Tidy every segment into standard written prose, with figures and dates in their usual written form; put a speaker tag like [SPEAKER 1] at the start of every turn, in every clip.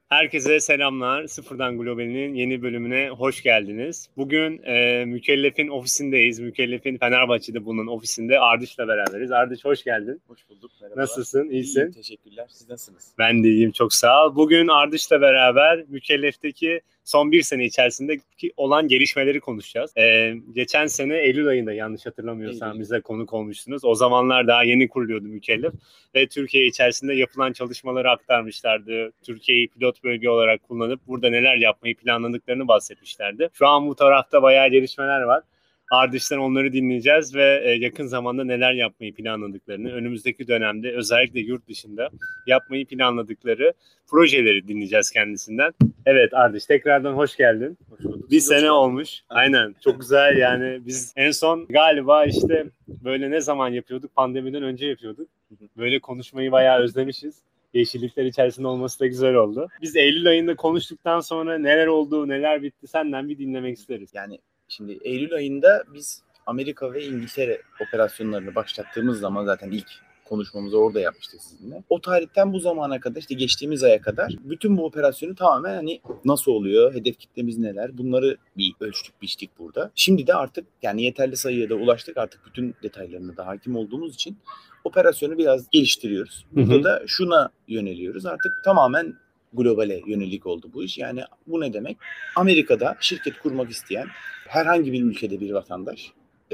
[SPEAKER 1] Herkese selamlar. Sıfırdan Global'in yeni bölümüne hoş geldiniz. Bugün Mükellef'in ofisindeyiz. Mükellef'in Fenerbahçe'de bulunan ofisinde Ardış'la beraberiz. Ardış hoş geldin.
[SPEAKER 2] Hoş bulduk, merhabalar.
[SPEAKER 1] Nasılsın? İyisin?
[SPEAKER 2] İyiyim, teşekkürler. Siz nasılsınız?
[SPEAKER 1] Ben de iyiyim, çok sağ ol. Bugün Ardış'la beraber Mükellef'teki son bir sene içerisindeki olan gelişmeleri konuşacağız. Geçen sene Eylül ayında yanlış hatırlamıyorsam bize konuk olmuştunuz. O zamanlar daha yeni kuruluyordu Mükellef ve Türkiye içerisinde yapılan çalışmaları aktarmışlardı. Türkiye'yi pilot bölge olarak kullanıp burada neler yapmayı planladıklarını bahsetmişlerdi. Şu an bu tarafta bayağı gelişmeler var. Ardış'tan onları dinleyeceğiz ve yakın zamanda neler yapmayı planladıklarını, önümüzdeki dönemde özellikle yurt dışında yapmayı planladıkları projeleri dinleyeceğiz kendisinden. Evet Ardış, tekrardan hoş geldin.
[SPEAKER 2] Hoş bulduk.
[SPEAKER 1] Bir sene olmuş. Aynen, çok güzel yani. Biz en son galiba işte böyle ne zaman yapıyorduk? Pandemiden önce yapıyorduk. Böyle konuşmayı bayağı özlemişiz. Yeşillikler içerisinde olması da güzel oldu. Biz Eylül ayında konuştuktan sonra neler oldu, neler bitti senden bir dinlemek isteriz.
[SPEAKER 2] Yani şimdi Eylül ayında biz Amerika ve İngiltere operasyonlarını başlattığımız zaman zaten ilk konuşmamızı orada yapmıştık sizinle. O tarihten bu zamana kadar işte geçtiğimiz aya kadar bütün bu operasyonu tamamen hani nasıl oluyor, hedef kitlemiz neler bunları bir ölçtük biçtik burada. Şimdi de artık yani yeterli sayıya da ulaştık, artık bütün detaylarına da hakim olduğumuz için operasyonu biraz geliştiriyoruz. Burada da şuna yöneliyoruz, artık tamamen globale yönelik oldu bu iş. Yani bu ne demek? Amerika'da şirket kurmak isteyen herhangi bir ülkede bir vatandaş,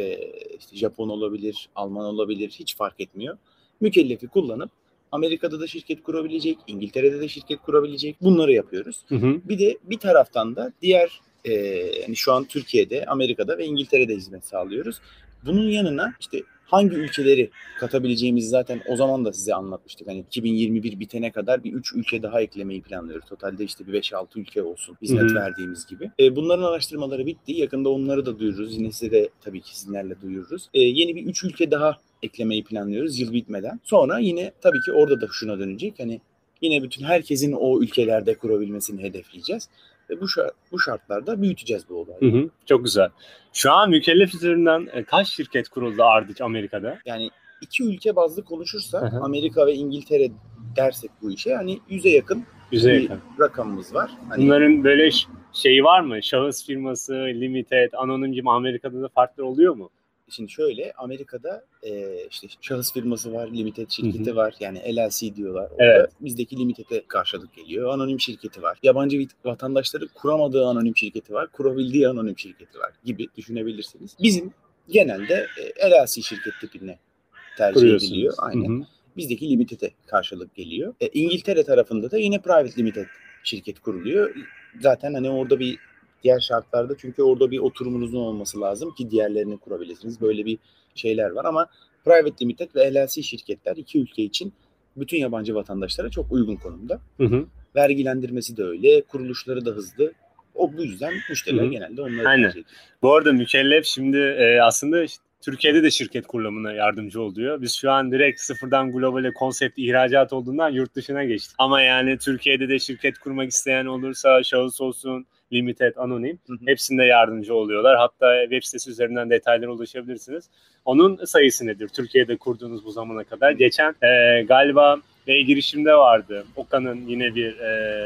[SPEAKER 2] işte Japon olabilir, Alman olabilir, hiç fark etmiyor. Mükellefi kullanıp Amerika'da da şirket kurabilecek, İngiltere'de de şirket kurabilecek. Bunları yapıyoruz. Bir de bir taraftan da diğer yani şu an Türkiye'de, Amerika'da ve İngiltere'de hizmet sağlıyoruz. Bunun yanına işte hangi ülkeleri katabileceğimizi zaten o zaman da size anlatmıştık. Hani 2021 bitene kadar bir 3 ülke daha eklemeyi planlıyoruz. Totalde işte bir 5-6 ülke olsun hizmet verdiğimiz gibi. Bunların araştırmaları bitti. Yakında onları da duyururuz. Yine size de tabii ki sizinlerle duyururuz. Yeni bir 3 ülke daha eklemeyi planlıyoruz yıl bitmeden. Sonra yine tabii ki orada da şuna dönecek. Hani yine bütün herkesin o ülkelerde kurabilmesini hedefleyeceğiz. Ve bu şartlarda büyüteceğiz bu olayı.
[SPEAKER 1] Çok güzel. Şu an Mükellef üzerinden kaç şirket kuruldu Ardış Amerika'da?
[SPEAKER 2] Yani iki ülke bazlı konuşursak Amerika ve İngiltere dersek bu işe hani 100'e yakın bir rakamımız var. Hani
[SPEAKER 1] bunların böyle şeyi var mı? Şahıs firması, limited, anonim gibi Amerika'da da farklı oluyor mu?
[SPEAKER 2] Şimdi şöyle, Amerika'da işte şahıs firması var, limited şirketi var. Yani LLC diyorlar orada. Evet. Bizdeki limited'e karşılık geliyor. Anonim şirketi var. Yabancı vatandaşları kuramadığı anonim şirketi var. Kurabildiği anonim şirketi var gibi düşünebilirsiniz. Bizim genelde LLC şirket tipine tercih ediliyor. Aynen. Bizdeki limited'e karşılık geliyor. İngiltere tarafında da yine private limited şirket kuruluyor. Zaten hani orada bir diğer şartlarda, çünkü orada bir oturumunuzun olması lazım ki diğerlerini kurabilirsiniz. Böyle bir şeyler var ama private limited ve LLC şirketler iki ülke için bütün yabancı vatandaşlara çok uygun konumda. Vergilendirmesi de öyle, kuruluşları da hızlı. Bu yüzden müşteriler genelde onları tercih ediyor.
[SPEAKER 1] Bu arada Mükellef şimdi aslında Türkiye'de de şirket kurulumuna yardımcı oluyor. Biz şu an direkt sıfırdan globale konsept ihracat olduğundan yurt dışına geçtik. Ama yani Türkiye'de de şirket kurmak isteyen olursa şahıs olsun, limited, anonim hepsinde yardımcı oluyorlar. Hatta web sitesi üzerinden detaylara ulaşabilirsiniz. Onun sayısı nedir? Türkiye'de kurduğunuz bu zamana kadar. Geçen galiba girişimde vardı. Okan'ın yine bir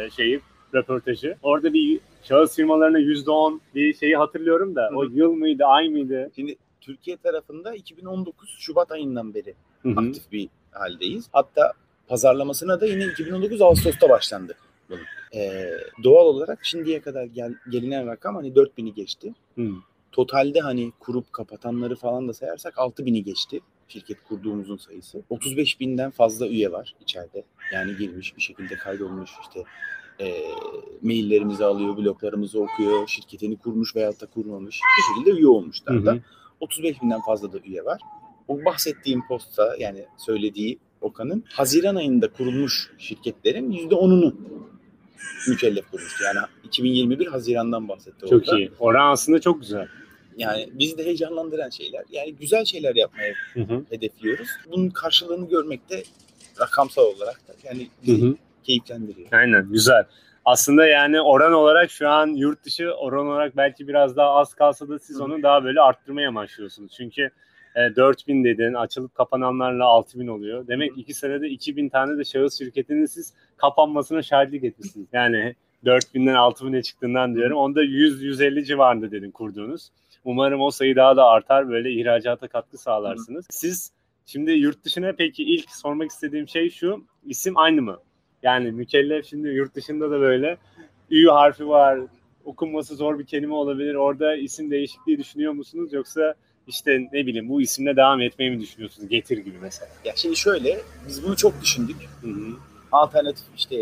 [SPEAKER 1] röportajı. Orada bir şahıs firmalarına %10 bir şeyi hatırlıyorum da o yıl mıydı, ay mıydı?
[SPEAKER 2] Şimdi Türkiye tarafında 2019 Şubat ayından beri aktif bir haldeyiz. Hatta pazarlamasına da yine 2019 Ağustos'ta başlandı bunun. Doğal olarak şimdiye kadar gelinen rakam hani 4000'i geçti. Totalde hani kurup kapatanları falan da sayarsak 6000'i geçti şirket kurduğumuzun sayısı. 35.000'den fazla üye var içeride. Yani girmiş bir şekilde kaydolmuş, işte maillerimizi alıyor, bloglarımızı okuyor, şirketini kurmuş veyahut da kurmamış bir şekilde üye olmuşlar da. 35.000'den fazla da üye var. O bahsettiğim posta, yani söylediği Okan'ın Haziran ayında kurulmuş şirketlerin %10'unu Mükellef kurmuştu. Yani 2021 Haziran'dan bahsetti orada.
[SPEAKER 1] Çok iyi. Oran aslında çok güzel.
[SPEAKER 2] Yani bizi de heyecanlandıran şeyler. Yani güzel şeyler yapmaya hedefliyoruz. Bunun karşılığını görmek de rakamsal olarak da yani bizi keyiflendiriyor.
[SPEAKER 1] Aynen, güzel. Aslında yani oran olarak şu an yurt dışı oran olarak belki biraz daha az kalsa da siz onu daha böyle arttırmaya amaçlıyorsunuz. Çünkü 4000 dedin. Açılıp kapananlarla 6000 oluyor. Demek 2 senede 2000 tane de şahıs şirketinin siz kapanmasına şahitlik etmişsiniz. Yani 4000'den 6000'e çıktığından diyorum. Onda 100-150 civarında dedin kurduğunuz. Umarım o sayı daha da artar. Böyle ihracata katkı sağlarsınız. Siz şimdi yurt dışına peki ilk sormak istediğim şey şu. İsim aynı mı? Yani mükellef şimdi yurt dışında da böyle Ü harfi var. Okunması zor bir kelime olabilir. Orada isim değişikliği düşünüyor musunuz? Yoksa işte ne bileyim bu isimle devam etmeyi mi düşünüyorsunuz? Getir gibi mesela.
[SPEAKER 2] Ya şimdi şöyle, biz bunu çok düşündük.
[SPEAKER 1] Hı-hı.
[SPEAKER 2] Alternatif işte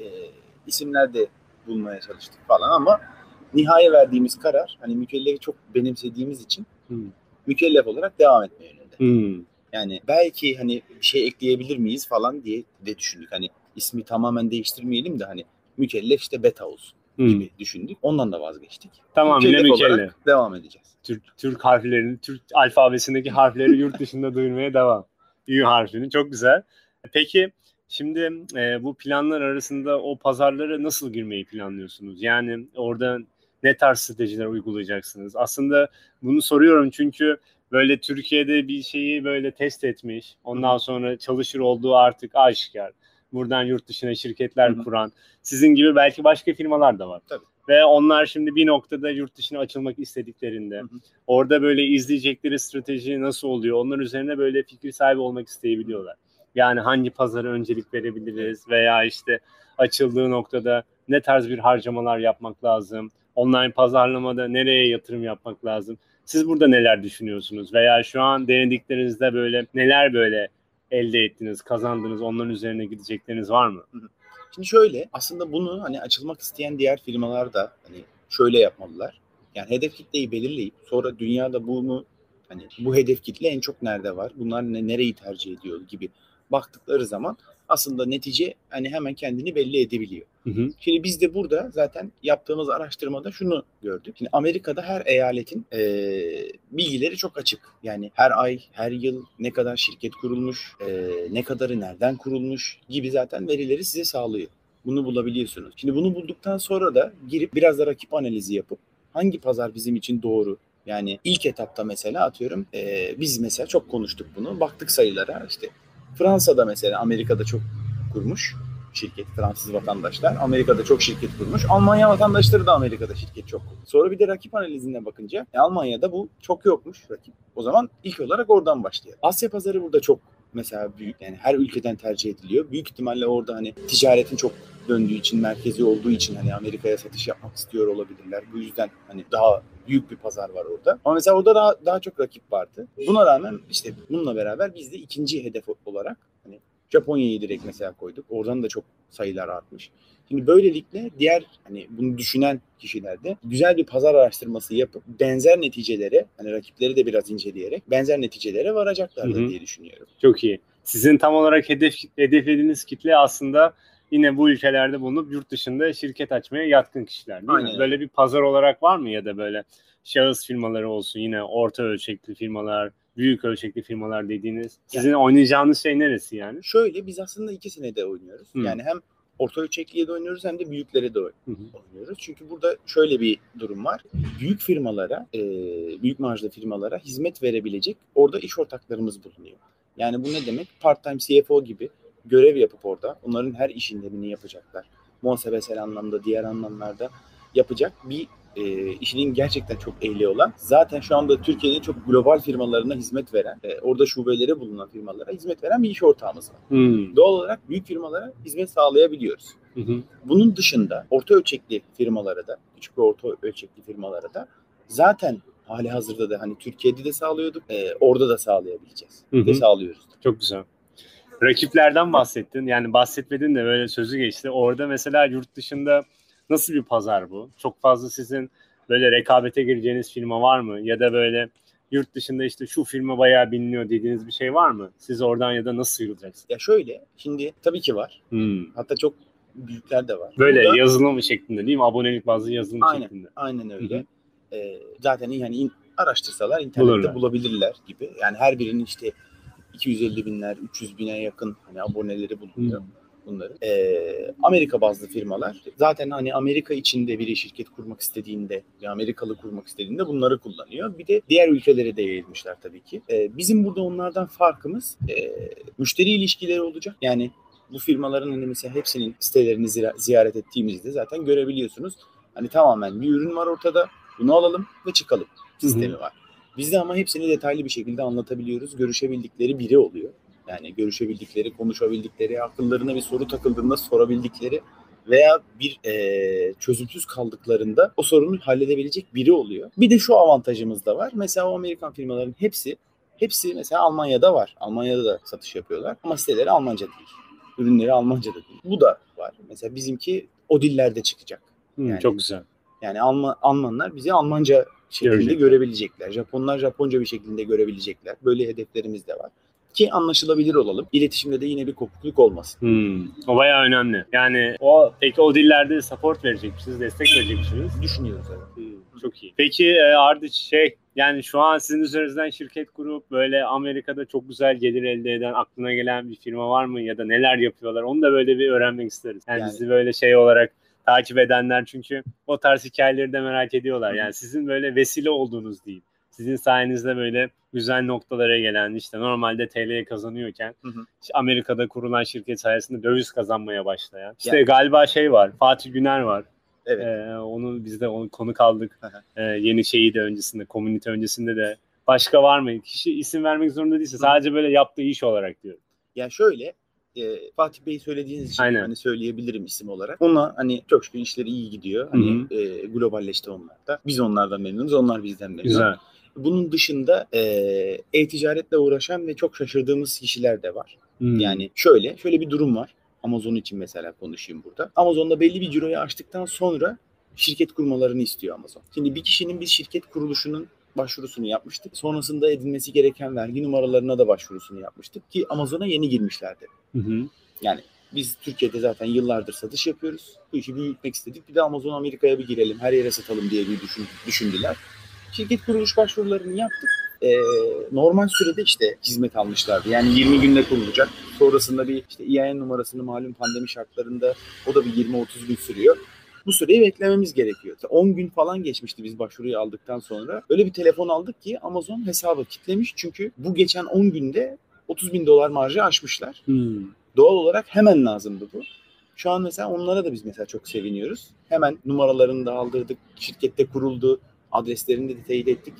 [SPEAKER 2] isimler de bulmaya çalıştık falan ama nihai verdiğimiz karar hani mükellefi çok benimsediğimiz için mükellef olarak devam etme yönünde. Yani belki hani bir şey ekleyebilir miyiz falan diye de düşündük. Hani ismi tamamen değiştirmeyelim de hani mükellef işte beta olsun gibi düşündük. Ondan da vazgeçtik.
[SPEAKER 1] Tamam, yine mükellef
[SPEAKER 2] olarak devam edeceğiz.
[SPEAKER 1] Türk harflerini, Türk alfabesindeki harfleri yurt dışında duyurmaya devam. Ü harfini çok güzel. Peki şimdi bu planlar arasında o pazarlara nasıl girmeyi planlıyorsunuz? Yani orada ne tarz stratejiler uygulayacaksınız? Aslında bunu soruyorum çünkü böyle Türkiye'de bir şeyi böyle test etmiş, ondan sonra çalışır olduğu artık aşikar. Buradan yurt dışına şirketler kuran, sizin gibi belki başka firmalar da var.
[SPEAKER 2] Tabii.
[SPEAKER 1] Ve onlar şimdi bir noktada yurt dışına açılmak istediklerinde orada böyle izleyecekleri strateji nasıl oluyor? Onlar üzerine böyle fikir sahibi olmak isteyebiliyorlar. Yani hangi pazara öncelik verebiliriz veya işte açıldığı noktada ne tarz bir harcamalar yapmak lazım? Online pazarlamada nereye yatırım yapmak lazım? Siz burada neler düşünüyorsunuz? Veya şu an denediklerinizde böyle neler böyle elde ettiniz, kazandınız, onların üzerine gidecekleriniz var mı?
[SPEAKER 2] Şimdi şöyle, aslında bunu hani açılmak isteyen diğer firmalar da hani şöyle yapmalılar. Yani hedef kitleyi belirleyip sonra dünyada bunu hani bu hedef kitle en çok nerede var? Bunlar nereyi tercih ediyor gibi baktıkları zaman aslında netice hani hemen kendini belli edebiliyor. Şimdi biz de burada zaten yaptığımız araştırmada şunu gördük. Şimdi Amerika'da her eyaletin bilgileri çok açık. Yani her ay, her yıl ne kadar şirket kurulmuş, ne kadarı nereden kurulmuş gibi zaten verileri size sağlıyor. Bunu bulabiliyorsunuz. Şimdi bunu bulduktan sonra da girip biraz da rakip analizi yapıp hangi pazar bizim için doğru? Yani ilk etapta mesela atıyorum biz mesela çok konuştuk bunu. Baktık sayılara işte Fransa'da mesela Amerika'da çok kurmuş şirket, Fransız vatandaşlar. Amerika'da çok şirket kurmuş. Almanya vatandaşları da Amerika'da şirket çok kurmuş. Sonra bir de rakip analizine bakınca Almanya'da bu çok yokmuş rakip. O zaman ilk olarak oradan başlayalım. Asya pazarı burada çok mesela büyük. Yani her ülkeden tercih ediliyor. Büyük ihtimalle orada hani ticaretin çok döndüğü için, merkezi olduğu için hani Amerika'ya satış yapmak istiyor olabilirler. Bu yüzden hani daha büyük bir pazar var orada. Ama mesela orada daha çok rakip vardı. Buna rağmen işte bununla beraber biz de ikinci hedef olarak hani Japonya'yı direkt mesela koyduk. Oradan da çok sayılar artmış. Şimdi böylelikle diğer hani bunu düşünen kişiler de güzel bir pazar araştırması yapıp benzer neticelere hani rakipleri de biraz inceleyerek benzer neticelere varacaklardır diye düşünüyorum.
[SPEAKER 1] Çok iyi. Sizin tam olarak hedeflediğiniz kitle aslında yine bu ülkelerde bulunup yurt dışında şirket açmaya yatkın kişiler değil mi? Böyle bir pazar olarak var mı ya da böyle şahıs firmaları olsun yine orta ölçekli firmalar, büyük ölçekli firmalar dediğiniz. Sizin oynayacağınız şey neresi yani?
[SPEAKER 2] Şöyle biz aslında ikisine de oynuyoruz. Yani hem orta ölçekliye de oynuyoruz hem de büyüklere de oynuyoruz. Çünkü burada şöyle bir durum var. Büyük firmalara, büyük marjlı firmalara hizmet verebilecek orada iş ortaklarımız bulunuyor. Yani bu ne demek? Part-time CFO gibi görev yapıp orada onların her işinlerini yapacaklar. Muhasebesel anlamda, diğer anlamlarda yapacak bir işinin gerçekten çok ehli olan, zaten şu anda Türkiye'nin çok global firmalarına hizmet veren, orada şubeleri bulunan firmalara hizmet veren bir iş ortağımız var. Doğal olarak büyük firmalara hizmet sağlayabiliyoruz. Bunun dışında orta ölçekli firmalara da, küçük ve orta ölçekli firmalara da zaten hali hazırda da hani Türkiye'de de sağlıyorduk, orada da sağlayabileceğiz. Ve sağlıyoruz.
[SPEAKER 1] Çok güzel. Rakiplerden bahsettin. Yani bahsetmedin de böyle sözü geçti. Orada mesela yurt dışında nasıl bir pazar bu? Çok fazla sizin böyle rekabete gireceğiniz firma var mı? Ya da böyle yurt dışında işte şu firma bayağı biliniyor dediğiniz bir şey var mı? Siz oradan ya da nasıl sıyrılacaksınız?
[SPEAKER 2] Ya şöyle, şimdi tabii ki var. Hatta çok büyükler de var.
[SPEAKER 1] Böyle burada, yazılım şeklinde değil mi? Abonelik bazı yazılım şeklinde.
[SPEAKER 2] Aynen öyle. Zaten yani araştırsalar internette bulabilirler gibi. Yani her birinin işte 250 binler, 300 bine yakın hani aboneleri bulunuyor. bunları. Amerika bazlı firmalar. Zaten hani Amerika içinde biri şirket kurmak istediğinde ve Amerikalı kurmak istediğinde bunları kullanıyor. Bir de diğer ülkelere de yayılmışlar tabii ki. Bizim burada onlardan farkımız müşteri ilişkileri olacak. Yani bu firmaların hani mesela hepsinin sitelerini ziyaret ettiğimizde zaten görebiliyorsunuz. Hani tamamen bir ürün var ortada. Bunu alalım ve çıkalım sistemi var. Bizde ama hepsini detaylı bir şekilde anlatabiliyoruz. Görüşebildikleri biri oluyor. Yani görüşebildikleri, konuşabildikleri, akıllarına bir soru takıldığında sorabildikleri veya bir çözümsüz kaldıklarında o sorunu halledebilecek biri oluyor. Bir de şu avantajımız da var. Mesela o Amerikan firmaların hepsi mesela Almanya'da var. Almanya'da da satış yapıyorlar. Ama siteleri Almanca değil. Ürünleri Almanca da değil. Bu da var. Mesela bizimki o dillerde çıkacak. Yani,
[SPEAKER 1] çok güzel.
[SPEAKER 2] Yani Almanlar bizi Almanca şeklinde görebilecekler. Japonlar Japonca bir şekilde görebilecekler. Böyle hedeflerimiz de var. Ki anlaşılabilir olalım. İletişimde de yine bir kopukluk olmasın.
[SPEAKER 1] O bayağı önemli. Yani peki o dillerde support verecek misiniz, destek verecek misiniz?
[SPEAKER 2] Düşünüyoruz evet.
[SPEAKER 1] Çok iyi. Peki Ardıç yani şu an sizin üzerinizden şirket kurup böyle Amerika'da çok güzel gelir elde eden, aklına gelen bir firma var mı? Ya da neler yapıyorlar? Onu da böyle bir öğrenmek isteriz. Yani bizi böyle olarak takip edenler çünkü o tarz hikayeleri de merak ediyorlar. Yani sizin böyle vesile olduğunuz diyeyim. Sizin sayenizde böyle güzel noktalara gelen, işte normalde TL'ye kazanıyorken işte Amerika'da kurulan şirket sayesinde döviz kazanmaya başlayan. İşte galiba var, Fatih Güner var.
[SPEAKER 2] Evet.
[SPEAKER 1] Biz de konuk aldık. Yeni de öncesinde, komünite öncesinde de. Başka var mı? Kişi isim vermek zorunda değilse sadece böyle yaptığı iş olarak diyorum.
[SPEAKER 2] Ya şöyle, Fatih Bey söylediğiniz için hani söyleyebilirim isim olarak. Ona hani çok şükür işleri iyi gidiyor. Hani globalleşti onlar da. Biz onlardan memnunuz, onlar bizden memnun.
[SPEAKER 1] Güzel.
[SPEAKER 2] Bunun dışında e-ticaretle uğraşan ve çok şaşırdığımız kişiler de var. Yani şöyle bir durum var. Amazon için mesela konuşayım burada. Amazon'da belli bir ciroyu aştıktan sonra şirket kurmalarını istiyor Amazon. Şimdi bir kişinin bir şirket kuruluşunun başvurusunu yapmıştık. Sonrasında edinmesi gereken vergi numaralarına da başvurusunu yapmıştık ki Amazon'a yeni girmişlerdi. Yani biz Türkiye'de zaten yıllardır satış yapıyoruz. Bu işi büyütmek istedik. Bir de Amazon Amerika'ya bir girelim, her yere satalım diye bir düşündüler. Şirket kuruluş başvurularını yaptık. Normal sürede hizmet almışlardı. Yani 20 günde kurulacak. Sonrasında bir EIN numarasını malum pandemi şartlarında o da bir 20-30 gün sürüyor. Bu süreyi beklememiz gerekiyor. 10 gün falan geçmişti biz başvuruyu aldıktan sonra. Öyle bir telefon aldık ki Amazon hesabı kilitlemiş. Çünkü bu geçen 10 günde $30.000 marjı aşmışlar. Doğal olarak hemen lazımdı bu. Şu an mesela onlara da biz çok seviniyoruz. Hemen numaralarını da aldırdık. Şirkette kuruldu. Adreslerini de teyit ettik.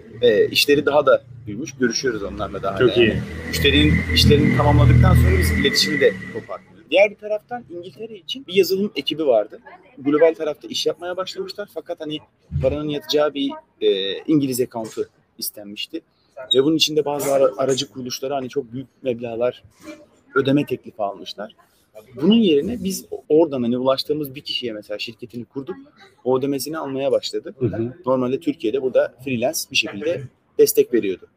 [SPEAKER 2] İşleri daha da büyümüş. Görüşüyoruz onlarla daha.
[SPEAKER 1] Çok iyi.
[SPEAKER 2] Müşterinin işlerini tamamladıktan sonra biz iletişimi de kopartmıyoruz. Diğer bir taraftan İngiltere için bir yazılım ekibi vardı. Global tarafta iş yapmaya başlamışlar. Fakat hani paranın yatacağı bir İngiliz account'u istenmişti. Ve bunun için de bazı aracı kuruluşları hani çok büyük meblağlar ödeme teklifi almışlar. Bunun yerine biz oradan hani ulaştığımız bir kişiye mesela şirketini kurduk. O ödemesini almaya başladı. Normalde Türkiye'de burada freelance bir şekilde destek veriyordu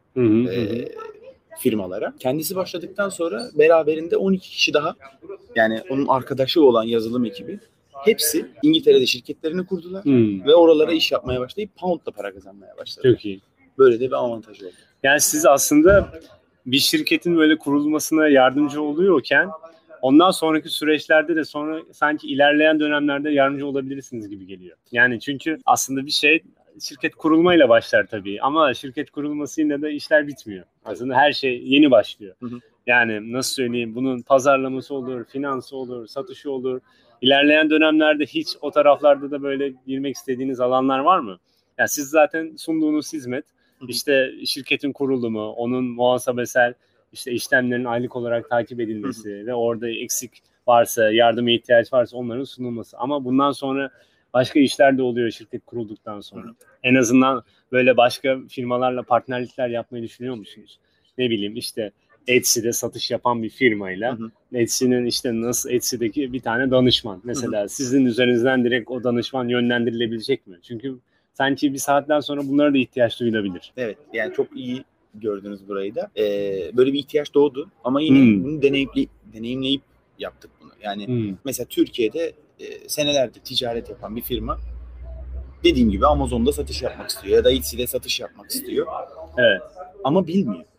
[SPEAKER 2] firmalara. Kendisi başladıktan sonra beraberinde 12 kişi daha, yani onun arkadaşı olan yazılım ekibi, hepsi İngiltere'de şirketlerini kurdular ve oralara iş yapmaya başlayıp pound'la para kazanmaya başladılar.
[SPEAKER 1] Çok iyi.
[SPEAKER 2] Böyle de bir avantajı oldu.
[SPEAKER 1] Yani siz aslında bir şirketin böyle kurulmasına yardımcı oluyorken ondan sonraki süreçlerde de sonra sanki ilerleyen dönemlerde yardımcı olabilirsiniz gibi geliyor. Yani çünkü aslında bir şirket kurulmayla başlar tabii ama şirket kurulmasıyla da işler bitmiyor. Aslında her şey yeni başlıyor. Yani nasıl söyleyeyim, bunun pazarlaması olur, finansı olur, satışı olur. İlerleyen dönemlerde hiç o taraflarda da böyle girmek istediğiniz alanlar var mı? Yani siz zaten sunduğunuz hizmet, şirketin kurulumu, onun muhasebesel işlemlerin aylık olarak takip edilmesi ve orada eksik varsa, yardıma ihtiyaç varsa onların sunulması. Ama bundan sonra başka işler de oluyor şirket kurulduktan sonra. En azından böyle başka firmalarla partnerlikler yapmayı düşünüyor musunuz? Ne bileyim Etsy'de satış yapan bir firmayla Etsy'nin nasıl Etsy'deki bir tane danışman. Mesela sizin üzerinizden direkt o danışman yönlendirilebilecek mi? Çünkü sanki bir saatten sonra bunlara da ihtiyaç duyulabilir.
[SPEAKER 2] Evet, yani çok iyi gördünüz burayı da. Böyle bir ihtiyaç doğdu ama yine bunu deneyimleyip yaptık bunu. Yani mesela Türkiye'de senelerdir ticaret yapan bir firma dediğim gibi Amazon'da satış yapmak istiyor ya da Etsy'de satış yapmak istiyor.
[SPEAKER 1] Evet.
[SPEAKER 2] Ama bilmiyor.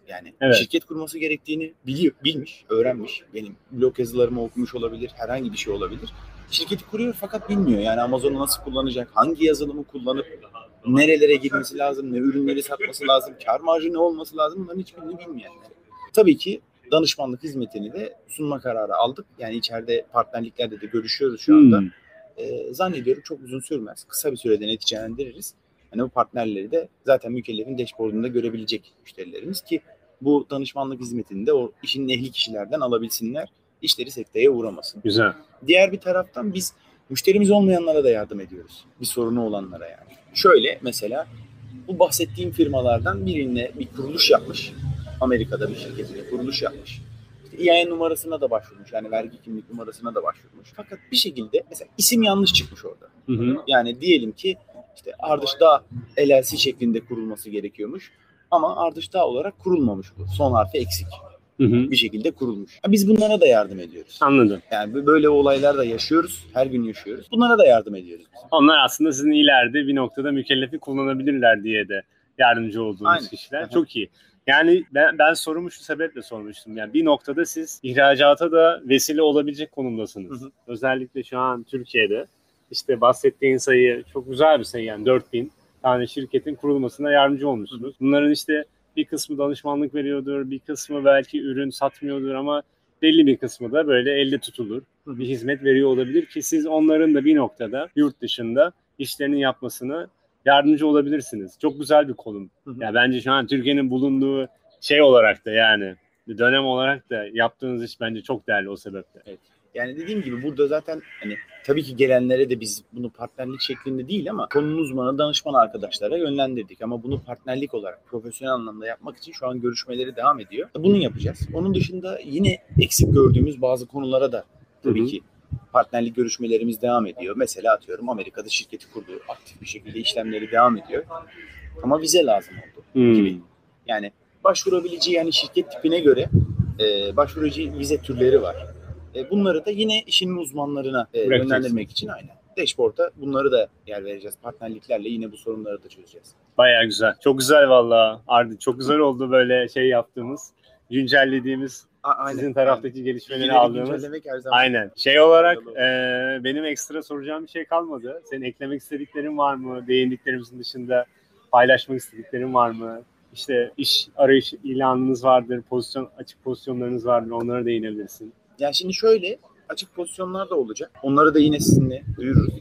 [SPEAKER 2] Yani
[SPEAKER 1] Evet.
[SPEAKER 2] şirket kurması gerektiğini bilmiş, öğrenmiş. Benim blog yazılarımı okumuş olabilir, herhangi bir şey olabilir. Şirketi kuruyor fakat bilmiyor. Yani Amazon'u nasıl kullanacak, hangi yazılımı kullanıp nerelere girmesi lazım, ne ürünleri satması lazım, kar marjı ne olması lazım, bunların hiçbirini bilmeyen. Tabii ki danışmanlık hizmetini de sunma kararı aldık. Yani içeride partnerliklerle de görüşüyoruz şu anda. Zannediyorum çok uzun sürmez. Kısa bir sürede neticelendiririz. Yani bu partnerleri de zaten mükellefin dashboard'unda görebilecek müşterilerimiz ki bu danışmanlık hizmetini de o işin ehli kişilerden alabilsinler. İşleri sekteye uğramasın.
[SPEAKER 1] Güzel.
[SPEAKER 2] Diğer bir taraftan biz müşterimiz olmayanlara da yardım ediyoruz. Bir sorunu olanlara yani. Şöyle mesela bu bahsettiğim firmalardan birine bir kuruluş yapmış. Amerika'da bir şirketine kuruluş yapmış. EIN numarasına da başvurmuş. Yani vergi kimlik numarasına da başvurmuş. Fakat bir şekilde mesela isim yanlış çıkmış orada.
[SPEAKER 1] Hı.
[SPEAKER 2] Yani diyelim ki işte Ardışdağ LLC şeklinde kurulması gerekiyormuş. Ama Ardışdağ olarak kurulmamış bu. Son harfi eksik. Bir şekilde kurulmuş. Biz bunlara da yardım ediyoruz.
[SPEAKER 1] Anladım.
[SPEAKER 2] Yani böyle olaylar da yaşıyoruz. Her gün yaşıyoruz. Bunlara da yardım ediyoruz.
[SPEAKER 1] Onlar aslında sizin ileride bir noktada mükellefi kullanabilirler diye de yardımcı olduğunuz kişiler.
[SPEAKER 2] Hı-hı.
[SPEAKER 1] Çok iyi. Yani ben sorumu şu sebeple sormuştum. Yani bir noktada siz ihracata da vesile olabilecek konumdasınız. Hı-hı. Özellikle şu an Türkiye'de işte bahsettiğin sayı çok güzel bir sayı, yani 4000 tane şirketin kurulmasına yardımcı olmuşsunuz. Hı-hı. Bunların işte bir kısmı danışmanlık veriyordur, bir kısmı belki ürün satmıyordur ama belli bir kısmı da böyle elde tutulur. Bir hizmet veriyor olabilir ki siz onların da bir noktada yurt dışında işlerini yapmasına yardımcı olabilirsiniz. Çok güzel bir konum. Yani bence şu an Türkiye'nin bulunduğu şey olarak da, yani dönem olarak da yaptığınız iş bence çok değerli o sebeple.
[SPEAKER 2] Evet. Yani dediğim gibi burada zaten hani tabii ki gelenlere de biz bunu partnerlik şeklinde değil ama konunun uzmanı, danışman arkadaşlara yönlendirdik. Ama bunu partnerlik olarak profesyonel anlamda yapmak için şu an görüşmeleri devam ediyor. Bunu yapacağız. Onun dışında yine eksik gördüğümüz bazı konulara da tabii ki partnerlik görüşmelerimiz devam ediyor. Mesela atıyorum Amerika'da şirketi kurdu. Aktif bir şekilde işlemleri devam ediyor. Ama vize lazım oldu gibi. Yani başvurabileceği, yani şirket tipine göre başvurabileceği vize türleri var. Bunları da yine işin uzmanlarına yönlendirmek için aynen. Dashboard'a bunları da yer vereceğiz. Partnerliklerle yine bu sorunları da çözeceğiz.
[SPEAKER 1] Bayağı güzel. Çok güzel valla Ardi. Çok güzel oldu böyle şey yaptığımız, güncellediğimiz, sizin taraftaki gelişmeleri aldığımız. Aynen. Şey olarak benim ekstra soracağım bir şey kalmadı. Senin eklemek istediklerin var mı? Değindiklerimizin dışında paylaşmak istediklerin var mı? İşte iş arayış ilanınız vardır, açık pozisyonlarınız vardır. Onlara değinebilirsin.
[SPEAKER 2] Yani şimdi şöyle, açık pozisyonlar da olacak. Onları da yine sizinle duyururuz.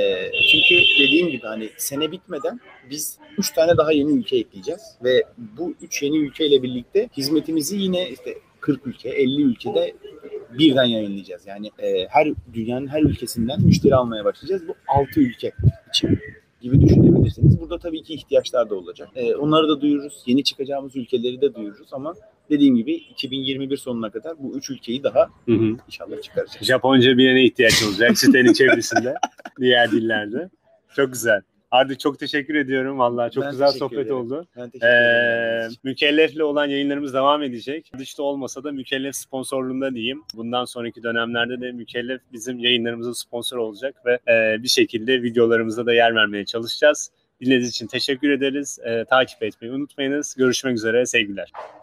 [SPEAKER 2] Çünkü dediğim gibi hani sene bitmeden biz 3 tane daha yeni ülke ekleyeceğiz. Ve bu 3 yeni ülkeyle birlikte hizmetimizi yine işte 40 ülke, 50 ülkede birden yayınlayacağız. Yani dünyanın her ülkesinden müşteri almaya başlayacağız. Bu 6 ülke için gibi düşünebilirsiniz. Burada tabii ki ihtiyaçlar da olacak. Onları da duyururuz. Yeni çıkacağımız ülkeleri de duyururuz ama dediğim gibi 2021 sonuna kadar bu 3 ülkeyi daha inşallah çıkaracağız.
[SPEAKER 1] Japonca bilene ihtiyaç olacak sitenin çevresinde, diğer dillerde. Çok güzel. Ardi çok teşekkür ediyorum. Vallahi çok güzel sohbet oldu.
[SPEAKER 2] Ben teşekkür ederim.
[SPEAKER 1] Mükellefle olan yayınlarımız devam edecek. Dışta olmasa da Mükellef sponsorluğunda diyeyim. Bundan sonraki dönemlerde de Mükellef bizim yayınlarımızın sponsor olacak ve bir şekilde videolarımıza da yer vermeye çalışacağız. Dinlediğiniz için teşekkür ederiz. Takip etmeyi unutmayınız. Görüşmek üzere. Sevgiler.